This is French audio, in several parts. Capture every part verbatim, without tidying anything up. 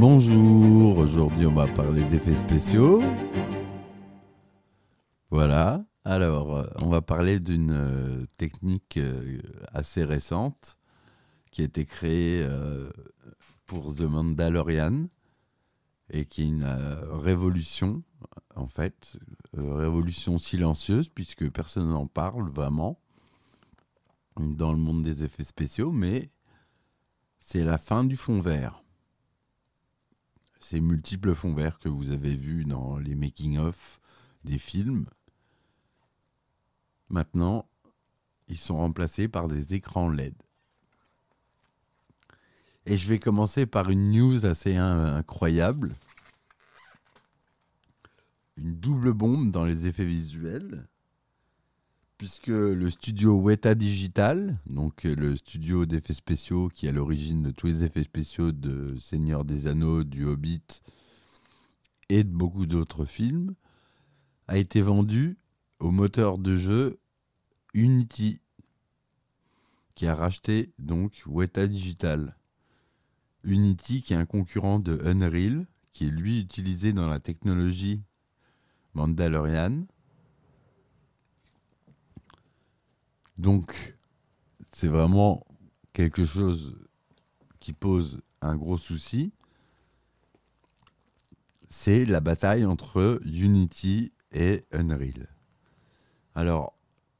Bonjour, aujourd'hui on va parler d'effets spéciaux. Voilà, alors euh, on va parler d'une euh, technique euh, assez récente qui a été créée euh, pour The Mandalorian et qui est une euh, révolution, en fait, euh, révolution silencieuse puisque personne n'en parle vraiment dans le monde des effets spéciaux, mais c'est la fin du fond vert. Ces multiples fonds verts que vous avez vus dans les making-of des films, maintenant, ils sont remplacés par des écrans L E D. Et je vais commencer par une news assez incroyable. Une double bombe dans les effets visuels, puisque le studio Weta Digital, donc le studio d'effets spéciaux qui est à l'origine de tous les effets spéciaux de Seigneur des Anneaux, du Hobbit et de beaucoup d'autres films, a été vendu au moteur de jeu Unity, qui a racheté donc Weta Digital. Unity, qui est un concurrent de Unreal, qui est lui utilisé dans la technologie Mandalorian. Donc, c'est vraiment quelque chose qui pose un gros souci. C'est la bataille entre Unity et Unreal. Alors,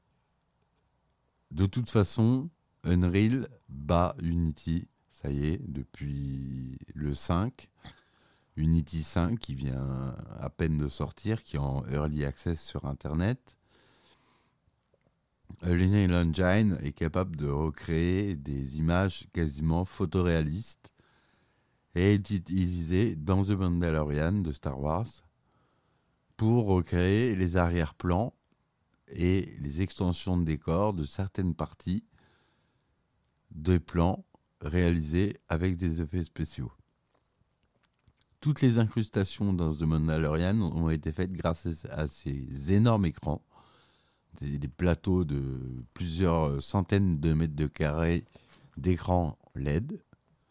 de toute façon, Unreal bat Unity, ça y est, depuis le cinq. Unity cinq qui vient à peine de sortir, qui est en early access sur Internet. Unreal Engine est capable de recréer des images quasiment photoréalistes et est utilisé dans The Mandalorian de Star Wars pour recréer les arrière-plans et les extensions de décors de certaines parties des plans réalisés avec des effets spéciaux. Toutes les incrustations dans The Mandalorian ont été faites grâce à ces énormes écrans, des, des plateaux de plusieurs centaines de mètres de carrés d'écran L E D.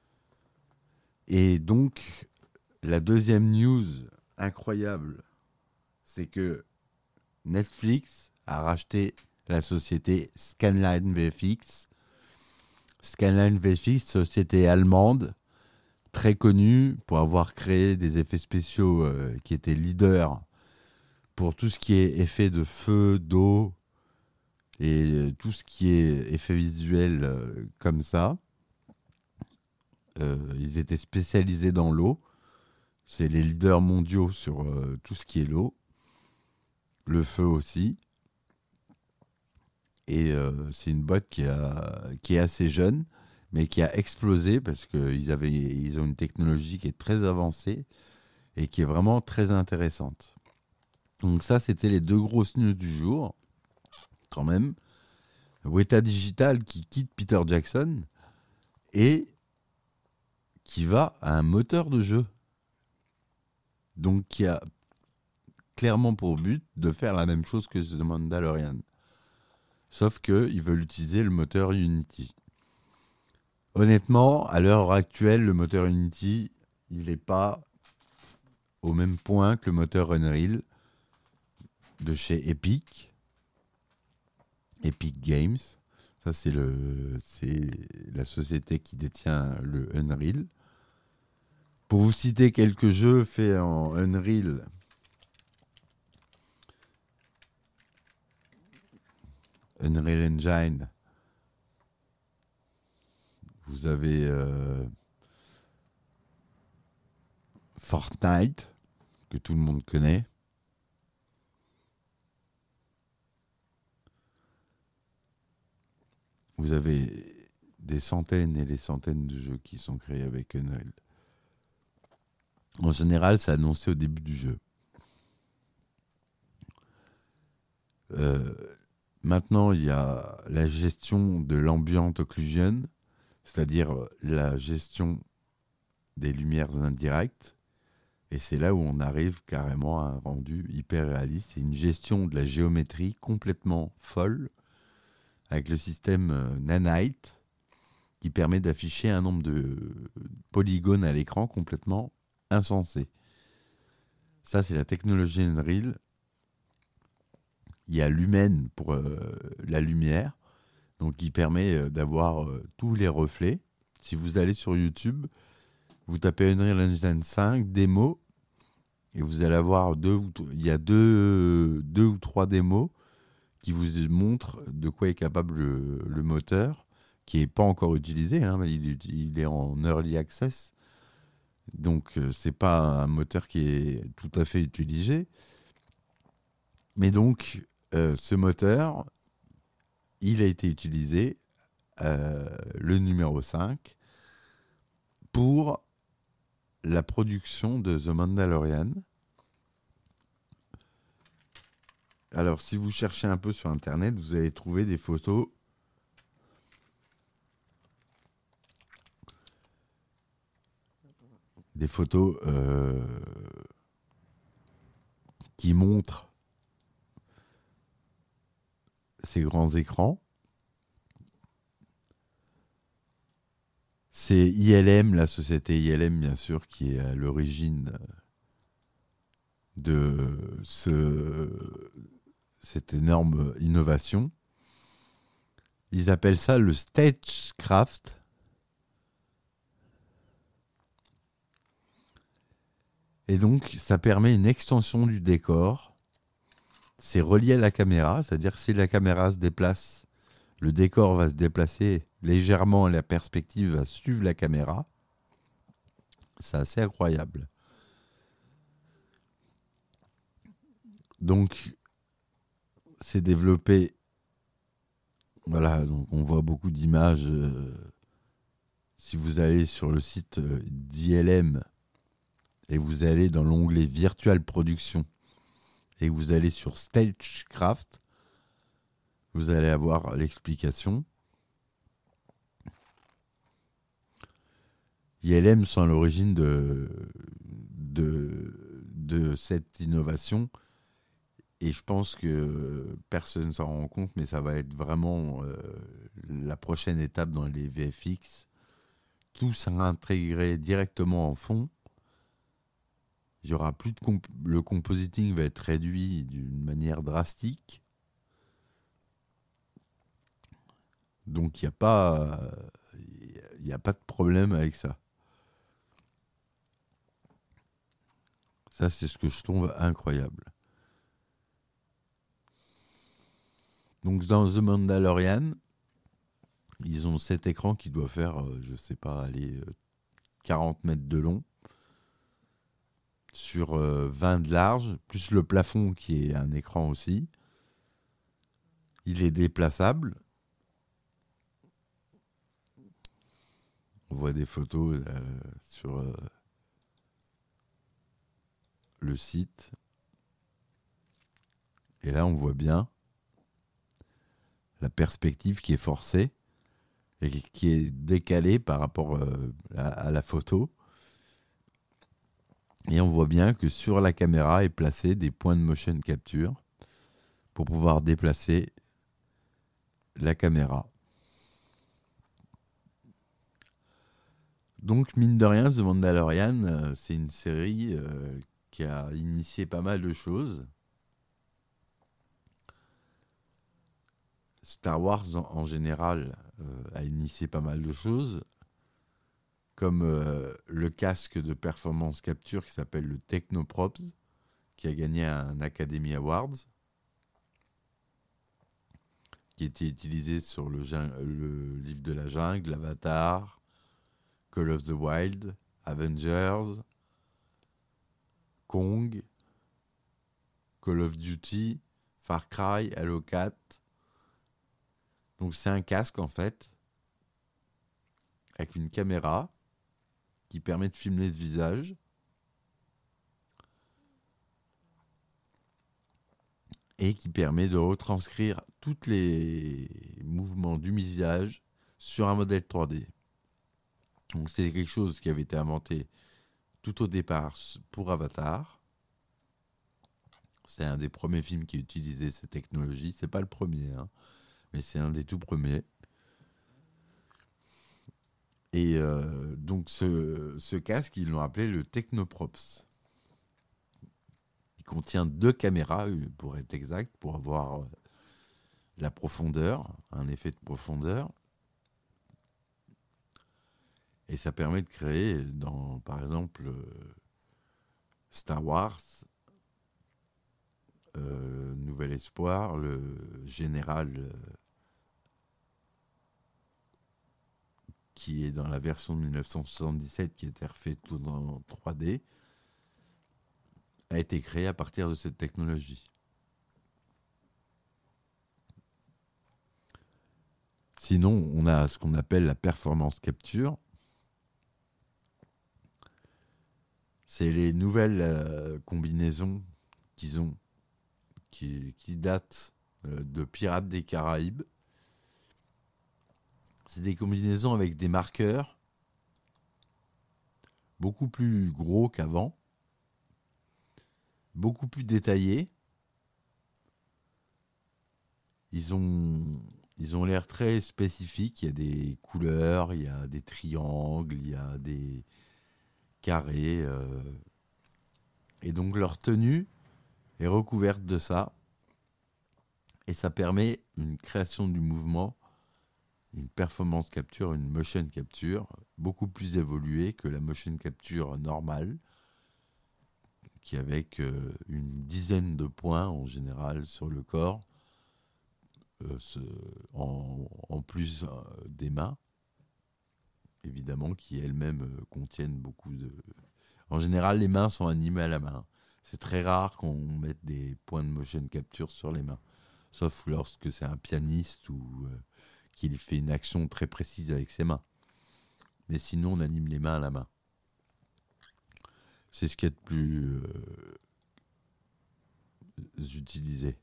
Et donc, la deuxième news incroyable, c'est que Netflix a racheté la société Scanline V F X. Scanline V F X, société allemande, très connue pour avoir créé des effets spéciaux euh, qui étaient leaders pour tout ce qui est effet de feu, d'eau et euh, tout ce qui est effet visuel euh, comme ça. Euh, ils étaient spécialisés dans l'eau. C'est les leaders mondiaux sur euh, tout ce qui est l'eau. Le feu aussi. Et euh, c'est une boîte qui, a, qui est assez jeune, mais qui a explosé parce qu'ils avaient, ils ont une technologie qui est très avancée et qui est vraiment très intéressante. Donc ça, c'était les deux grosses news du jour, quand même. Weta Digital qui quitte Peter Jackson et qui va à un moteur de jeu. Donc qui a clairement pour but de faire la même chose que The Mandalorian. Sauf qu'ils veulent utiliser le moteur Unity. Honnêtement, à l'heure actuelle, le moteur Unity, il n'est pas au même point que le moteur Unreal de chez Epic. Epic Games. Ça, c'est, le, c'est la société qui détient le Unreal. Pour vous citer quelques jeux faits en Unreal, Unreal Engine, vous avez euh, Fortnite, que tout le monde connaît. Vous avez des centaines et des centaines de jeux qui sont créés avec Unreal. En général, c'est annoncé au début du jeu. Euh, maintenant, il y a la gestion de l'ambient occlusion, c'est-à-dire la gestion des lumières indirectes. Et c'est là où on arrive carrément à un rendu hyper réaliste. C'est une gestion de la géométrie complètement folle avec le système Nanite qui permet d'afficher un nombre de polygones à l'écran complètement insensé. Ça, c'est la technologie Unreal. Il y a Lumen pour euh, la lumière, donc qui permet euh, d'avoir euh, tous les reflets. Si vous allez sur YouTube, vous tapez Unreal Engine cinq démo et vous allez avoir deux ou t- il y a deux, deux ou trois démos qui vous montrent de quoi est capable le, le moteur, qui n'est pas encore utilisé, hein, mais il, il est en early access. Donc euh, c'est pas un moteur qui est tout à fait utilisé. Mais donc euh, ce moteur, il a été utilisé, euh, le numéro cinq, pour la production de The Mandalorian. Alors, si vous cherchez un peu sur Internet, vous allez trouver des photos des photos euh, qui montrent ces grands écrans. C'est I L M, la société I L M, bien sûr, qui est à l'origine de ce, cette énorme innovation. Ils appellent ça le Stagecraft. Et donc, ça permet une extension du décor. C'est relié à la caméra, c'est-à-dire que si la caméra se déplace, le décor va se déplacer légèrement et la perspective va suivre la caméra. C'est assez incroyable. Donc, c'est développé. Voilà, donc on voit beaucoup d'images. Euh, si vous allez sur le site euh, d'I L M et vous allez dans l'onglet Virtual Production et vous allez sur Stagecraft, vous allez avoir l'explication. I L M sont à l'origine de, de, de cette innovation et je pense que personne ne s'en rend compte, mais ça va être vraiment euh, la prochaine étape dans les V F X. Tout sera intégré directement en fond. Il y aura plus de comp- le compositing va être réduit d'une manière drastique. Donc il n'y a pas il n'y a pas de problème avec ça. Ça, c'est ce que je trouve incroyable. Donc dans The Mandalorian, ils ont cet écran qui doit faire, euh, je sais pas, aller euh, quarante mètres de long sur euh, vingt de large, plus le plafond qui est un écran aussi. Il est déplaçable. On voit des photos euh, sur euh, le site. Et là, on voit bien la perspective qui est forcée et qui est décalée par rapport euh, à, à la photo. Et on voit bien que sur la caméra est placé des points de motion capture pour pouvoir déplacer la caméra. Donc, mine de rien, The Mandalorian, euh, c'est une série euh, qui a initié pas mal de choses. Star Wars, en, en général, euh, a initié pas mal de choses, comme euh, le casque de performance capture qui s'appelle le Technoprops, qui a gagné un Academy Awards, qui était utilisé sur le, le livre de la jungle, Avatar, Call of the Wild, Avengers, Kong, Call of Duty, Far Cry, Halo quatre. Donc c'est un casque en fait, avec une caméra qui permet de filmer le visage. Et qui permet de retranscrire tous les mouvements du visage sur un modèle trois D. Donc c'est quelque chose qui avait été inventé tout au départ pour Avatar. C'est un des premiers films qui utilisait cette technologie. C'est pas le premier, hein, mais c'est un des tout premiers. Et euh, donc ce, ce casque, ils l'ont appelé le Technoprops. Il contient deux caméras, pour être exact, pour avoir la profondeur, un effet de profondeur. Et ça permet de créer, dans, par exemple, Star Wars, euh, Nouvel Espoir, le général euh, qui est dans la version de dix-neuf cent soixante-dix-sept, qui a été refait tout en trois D, a été créé à partir de cette technologie. Sinon, on a ce qu'on appelle la performance capture. C'est les nouvelles euh, combinaisons qu'ils ont, qui, qui datent euh, de Pirates des Caraïbes. C'est des combinaisons avec des marqueurs beaucoup plus gros qu'avant, beaucoup plus détaillés. Ils ont, ils ont l'air très spécifiques. Il y a des couleurs, il y a des triangles, il y a des carrés. Euh, et donc leur tenue est recouverte de ça. Et ça permet une création du mouvement, une performance capture, une motion capture beaucoup plus évoluée que la motion capture normale, qui avec euh, une dizaine de points en général sur le corps, euh, ce, en, en plus euh, des mains, évidemment, qui elles-mêmes euh, contiennent beaucoup de... En général, les mains sont animées à la main. C'est très rare qu'on mette des points de motion capture sur les mains, sauf lorsque c'est un pianiste ou... Euh, qu'il fait une action très précise avec ses mains. Mais sinon, on anime les mains à la main. C'est ce qui est le plus euh, utilisé.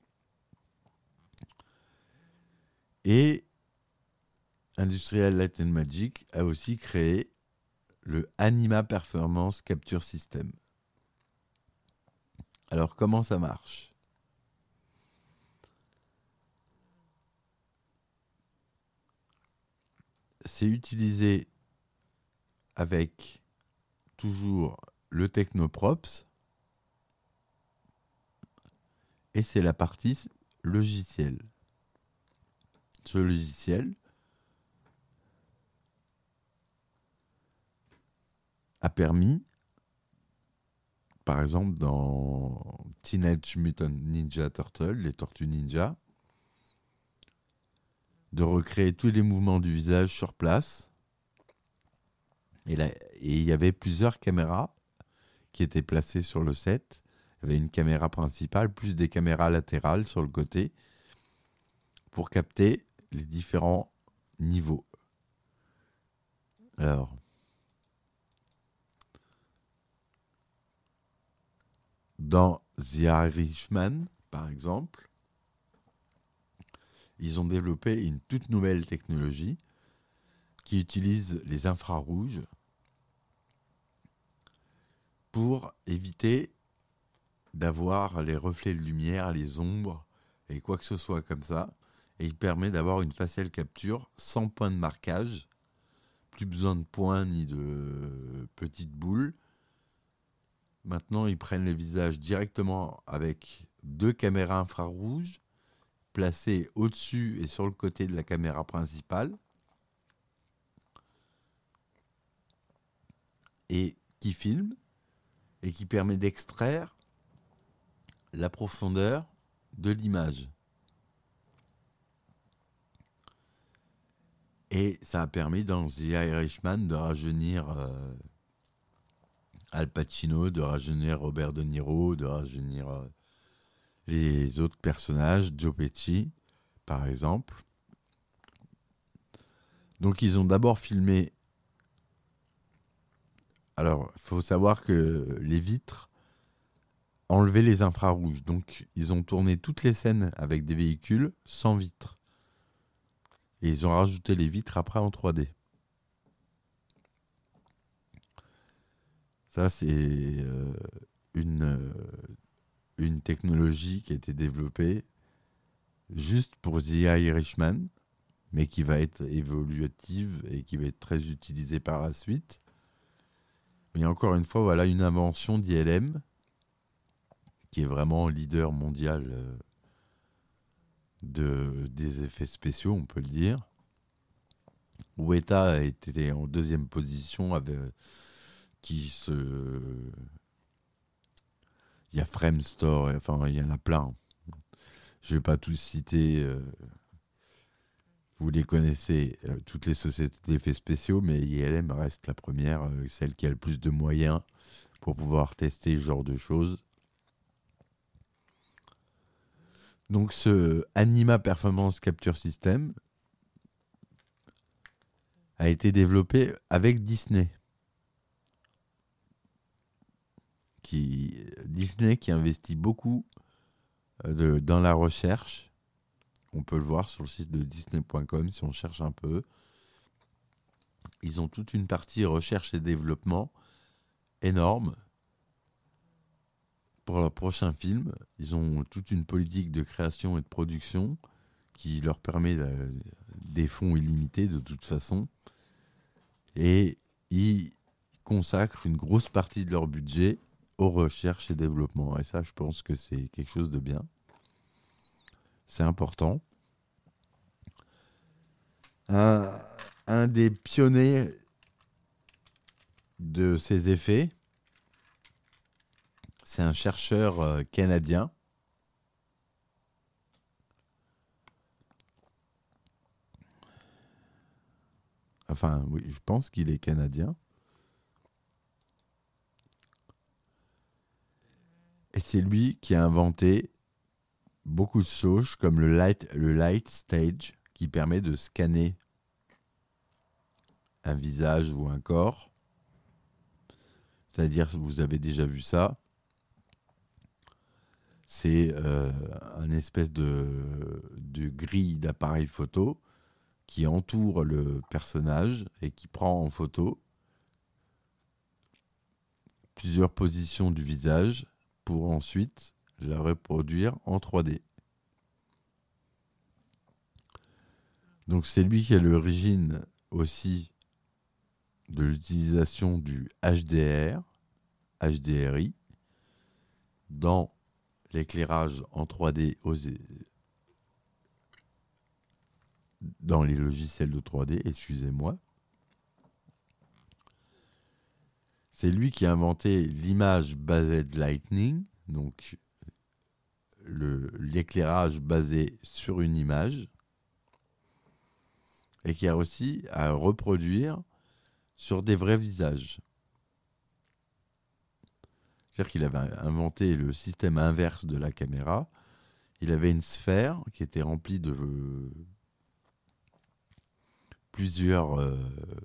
Et Industrial Light and Magic a aussi créé le Anima Performance Capture System. Alors, comment ça marche ? C'est utilisé avec toujours le Technoprops et c'est la partie logicielle. Ce logiciel a permis, par exemple dans Teenage Mutant Ninja Turtles, les Tortues Ninja, de recréer tous les mouvements du visage sur place. Et là, et il y avait plusieurs caméras qui étaient placées sur le set. Il y avait une caméra principale, plus des caméras latérales sur le côté, pour capter les différents niveaux. Alors, dans The Irishman, par exemple, ils ont développé une toute nouvelle technologie qui utilise les infrarouges pour éviter d'avoir les reflets de lumière, les ombres et quoi que ce soit comme ça. Et il permet d'avoir une facial capture sans point de marquage, plus besoin de points ni de petites boules. Maintenant, ils prennent le visage directement avec deux caméras infrarouges placées au-dessus et sur le côté de la caméra principale et qui filment et qui permet d'extraire la profondeur de l'image. Et ça a permis dans The Irishman de rajeunir euh, Al Pacino, de rajeunir Robert De Niro, de rajeunir euh, les autres personnages, Joe Pesci, par exemple. Donc ils ont d'abord filmé... Alors, il faut savoir que les vitres enlevaient les infrarouges. Donc, ils ont tourné toutes les scènes avec des véhicules sans vitres. Et ils ont rajouté les vitres après en trois D. Ça, c'est euh, une, euh, une technologie qui a été développée juste pour The Irishman. mais qui va être évolutive et qui va être très utilisée par la suite. Mais encore une fois, voilà une invention d'I L M qui est vraiment leader mondial euh, de, des effets spéciaux, on peut le dire. Weta a été en deuxième position avec qui se... Il y a Framestore, enfin il y en a plein. Je ne vais pas tous citer, euh, vous les connaissez, euh, toutes les sociétés d'effets spéciaux, mais I L M reste la première, euh, celle qui a le plus de moyens pour pouvoir tester ce genre de choses. Donc ce Anima Performance Capture System a été développé avec Disney. Qui, Disney qui investit beaucoup de, dans la recherche. On peut le voir sur le site de disney point com si on cherche un peu. Ils ont toute une partie recherche et développement énorme pour leur prochain film. Ils ont toute une politique de création et de production qui leur permet de, des fonds illimités de toute façon. Et ils consacrent une grosse partie de leur budget aux recherches et développement. Et ça, je pense que c'est quelque chose de bien. C'est important. Un, un des pionniers de ces effets, c'est un chercheur euh, canadien. Enfin, oui, je pense qu'il est canadien. Et c'est lui qui a inventé beaucoup de choses comme le light, le light stage qui permet de scanner un visage ou un corps. C'est-à-dire, vous avez déjà vu ça. C'est euh, une espèce de, de grille d'appareil photo qui entoure le personnage et qui prend en photo plusieurs positions du visage pour ensuite la reproduire en trois D. Donc c'est lui qui a l'origine aussi de l'utilisation du H D R, H D R I, dans l'éclairage en trois D aux... dans les logiciels de trois D, excusez-moi. C'est lui qui a inventé l'image based lightning, donc le, l'éclairage basé sur une image, et qui a aussi à reproduire sur des vrais visages. C'est-à-dire qu'il avait inventé le système inverse de la caméra. Il avait une sphère qui était remplie de euh, plusieurs euh,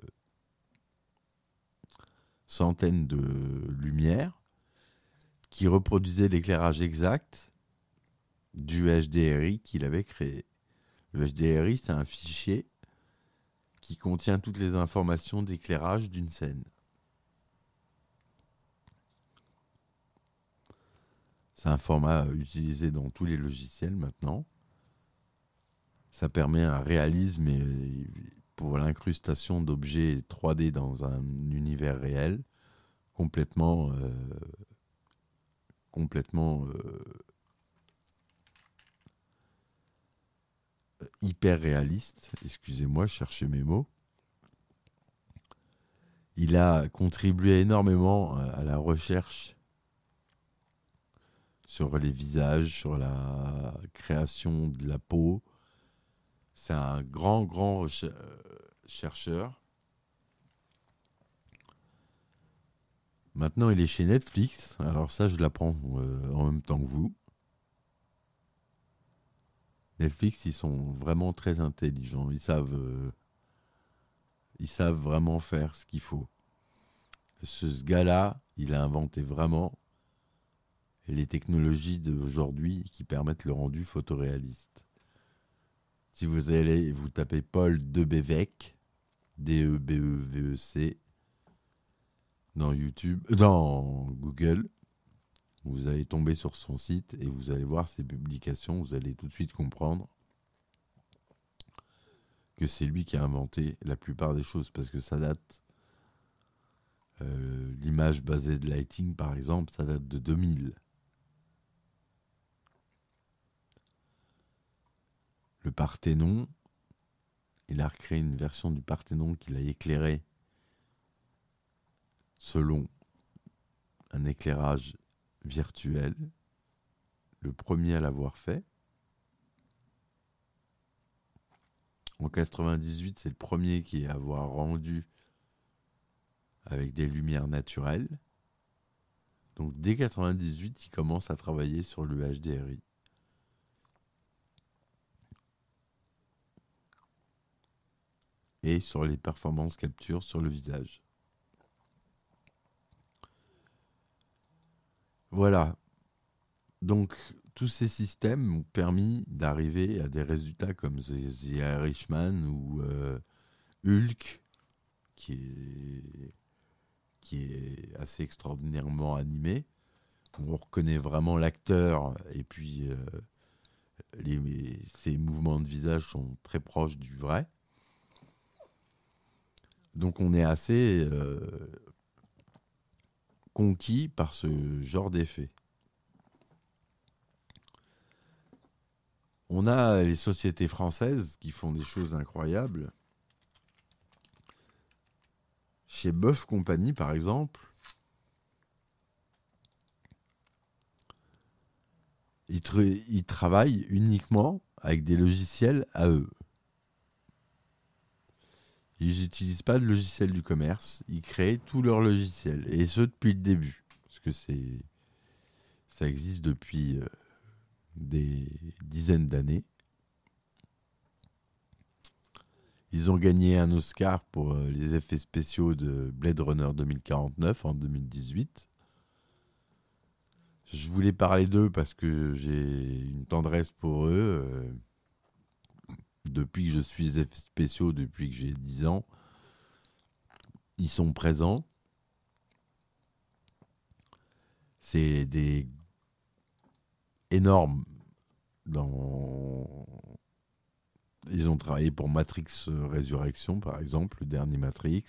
centaines de lumières qui reproduisaient l'éclairage exact du H D R I qu'il avait créé. Le H D R I, c'est un fichier qui contient toutes les informations d'éclairage d'une scène. C'est un format utilisé dans tous les logiciels maintenant. Ça permet un réalisme et pour l'incrustation d'objets trois D dans un univers réel complètement euh, complètement euh, hyper réaliste. Excusez-moi, je cherchais mes mots. Il a contribué énormément à la recherche sur les visages, sur la création de la peau. C'est un grand, grand recher- chercheur. Maintenant, il est chez Netflix. Alors ça, je l'apprends euh, en même temps que vous. Netflix, ils sont vraiment très intelligents. Ils savent, euh, ils savent vraiment faire ce qu'il faut. Ce, ce gars-là, il a inventé vraiment les technologies d'aujourd'hui qui permettent le rendu photoréaliste. Si vous allez, vous tapez Paul Debevec, D E B E V E C, dans YouTube, dans Google, vous allez tomber sur son site et vous allez voir ses publications, vous allez tout de suite comprendre que c'est lui qui a inventé la plupart des choses, parce que ça date... Euh, l'image basée de lighting, par exemple, ça date de deux mille. Le Parthénon, il a recréé une version du Parthénon qu'il a éclairé selon un éclairage virtuel, le premier à l'avoir fait. En quatre-vingt-dix-huit, c'est le premier qui a avoir rendu avec des lumières naturelles. Donc dès quatre-vingt-dix-huit, il commence à travailler sur le H D R I. Et sur les performances capture sur le visage. Voilà. Donc, tous ces systèmes ont permis d'arriver à des résultats comme The, The Irishman ou euh, Hulk, qui est, qui est assez extraordinairement animé. On reconnaît vraiment l'acteur et puis euh, les, ses mouvements de visage sont très proches du vrai. Donc, on est assez euh, conquis par ce genre d'effet. On a les sociétés françaises qui font des choses incroyables. Chez Boeuf Company, par exemple, ils, tra- ils travaillent uniquement avec des logiciels à eux. Ils n'utilisent pas de logiciel du commerce. Ils créent tous leurs logiciels. Et ce, depuis le début. Parce que c'est, ça existe depuis euh, des dizaines d'années. Ils ont gagné un Oscar pour euh, les effets spéciaux de Blade Runner deux mille quarante-neuf en deux mille dix-huit. Je voulais parler d'eux parce que j'ai une tendresse pour eux. Euh, depuis que je suis les effets spéciaux, depuis que j'ai dix ans, ils sont présents. C'est des énormes dans... Ils ont travaillé pour Matrix Résurrection, par exemple, le dernier Matrix.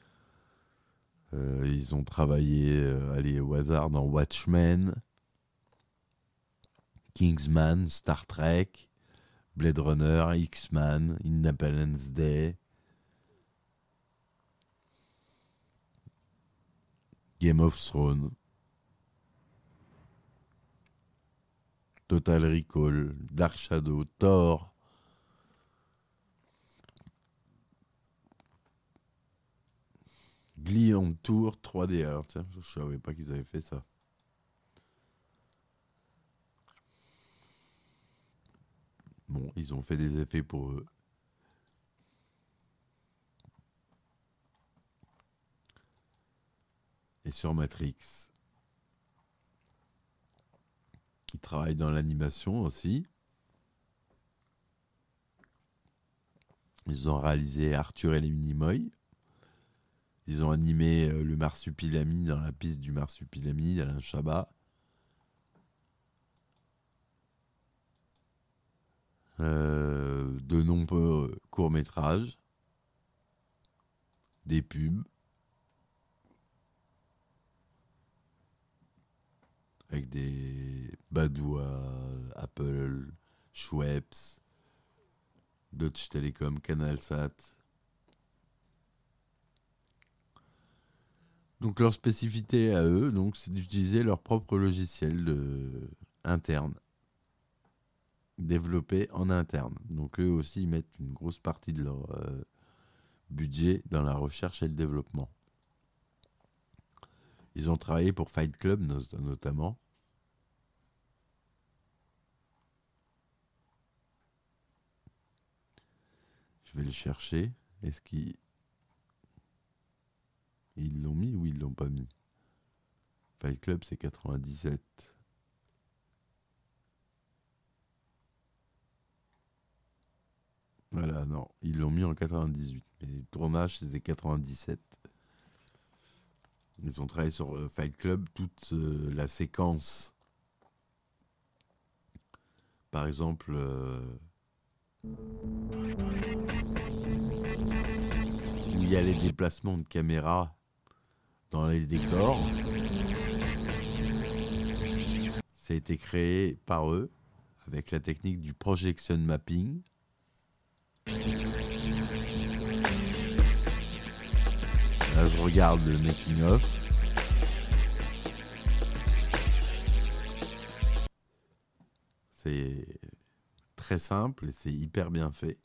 Euh, ils ont travaillé, euh, allez, au hasard, dans Watchmen, Kingsman, Star Trek, Blade Runner, X-Men, Independence Day, Game of Thrones, Total Recall, Dark Shadow, Thor. Glee on Tour trois D. Alors tiens, je ne savais pas qu'ils avaient fait ça. Bon, ils ont fait des effets pour eux. Et sur Matrix, ils travaillent dans l'animation aussi. Ils ont réalisé Arthur et les Minimoys. Ils ont animé euh, le Marsupilami dans la piste du Marsupilami d'Alain Chabat. Euh, de nombreux courts-métrages. Des pubs. Avec des Badois, Apple, Schweppes, Deutsche Telekom, CanalSat. Donc leur spécificité à eux, donc, c'est d'utiliser leur propre logiciel de... interne, développé en interne. Donc eux aussi ils mettent une grosse partie de leur euh, budget dans la recherche et le développement. Ils ont travaillé pour Fight Club no- notamment. Je vais le chercher. Est-ce qu'ils ils l'ont mis ou ils l'ont pas mis? Fight Club c'est quatre-vingt-dix-sept. Voilà, non, ils l'ont mis en quatre-vingt-dix-huit. Mais le tournage c'était quatre-vingt-dix-sept. Ils ont travaillé sur euh, Fight Club, toute euh, la séquence. Par exemple, euh, il y a les déplacements de caméra dans les décors. Ça a été créé par eux avec la technique du projection mapping. Là, je regarde le making of. C'est très simple et c'est hyper bien fait.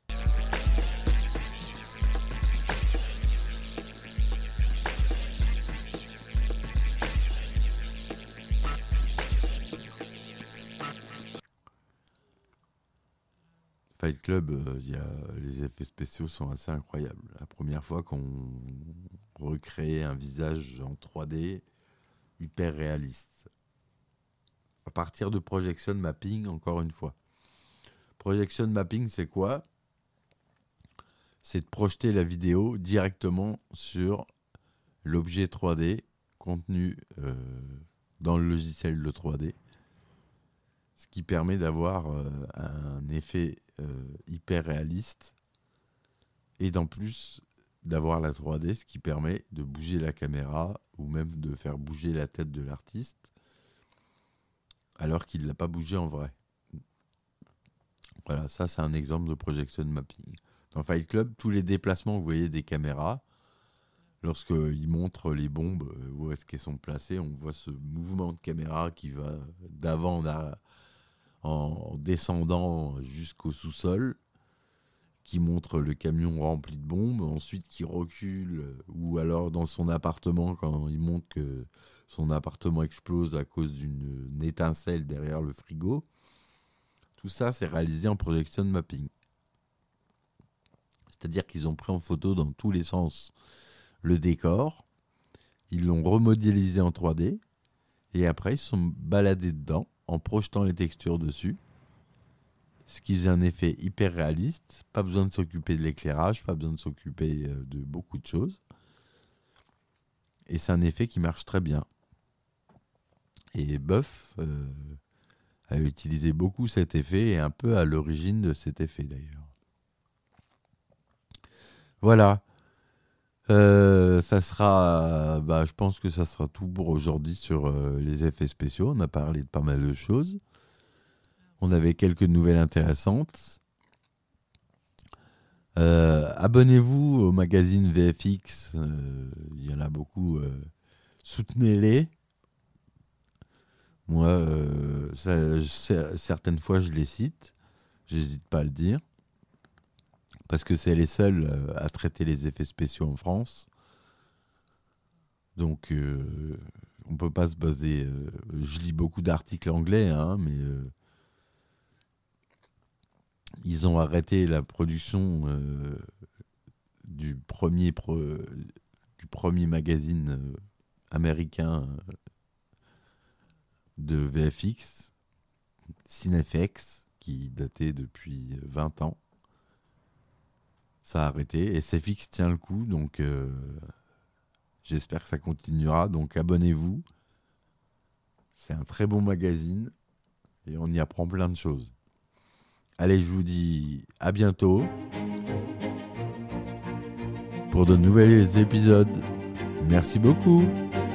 Fight Club, euh, y a, les effets spéciaux sont assez incroyables. La première fois qu'on recrée un visage en trois D hyper réaliste. À partir de projection mapping, encore une fois. Projection mapping, c'est quoi ? C'est de projeter la vidéo directement sur l'objet trois D contenu euh, dans le logiciel de trois D. Ce qui permet d'avoir euh, un effet euh, hyper réaliste et d'en plus d'avoir la trois D, ce qui permet de bouger la caméra ou même de faire bouger la tête de l'artiste alors qu'il ne l'a pas bougé en vrai. Voilà, ça c'est un exemple de projection mapping. Dans Fight Club, tous les déplacements, vous voyez des caméras, lorsqu'ils montrent les bombes, où est-ce qu'elles sont placées, on voit ce mouvement de caméra qui va d'avant en arrière, en descendant jusqu'au sous-sol, qui montre le camion rempli de bombes, ensuite qui recule, ou alors dans son appartement, quand il montre que son appartement explose à cause d'une une étincelle derrière le frigo. Tout ça, c'est réalisé en projection mapping. C'est-à-dire qu'ils ont pris en photo dans tous les sens le décor, ils l'ont remodélisé en trois D, et après ils se sont baladés dedans, en projetant les textures dessus, ce qui faisait un effet hyper réaliste, pas besoin de s'occuper de l'éclairage, pas besoin de s'occuper de beaucoup de choses, et c'est un effet qui marche très bien. Et Buff euh, a utilisé beaucoup cet effet, et un peu à l'origine de cet effet d'ailleurs. Voilà, euh, ça sera, bah, je pense que ça sera tout pour aujourd'hui sur euh, les effets spéciaux. On a parlé de pas mal de choses. On avait quelques nouvelles intéressantes. Euh, abonnez-vous au magazine V F X. Euh, il y en a beaucoup. Euh, soutenez-les. Moi, euh, ça, ça, certaines fois, je les cite. J'hésite pas à le dire. Parce que c'est les seuls euh, à traiter les effets spéciaux en France. Donc, euh, on ne peut pas se baser... Euh, je lis beaucoup d'articles anglais, hein, mais... Euh, ils ont arrêté la production euh, du, premier pro, du premier magazine euh, américain euh, de V F X, Cinefx, qui datait depuis vingt ans. Ça a arrêté, et C F X tient le coup, donc euh, j'espère que ça continuera. Donc abonnez-vous, c'est un très bon magazine, et on y apprend plein de choses. Allez, je vous dis à bientôt pour de nouveaux épisodes. Merci beaucoup.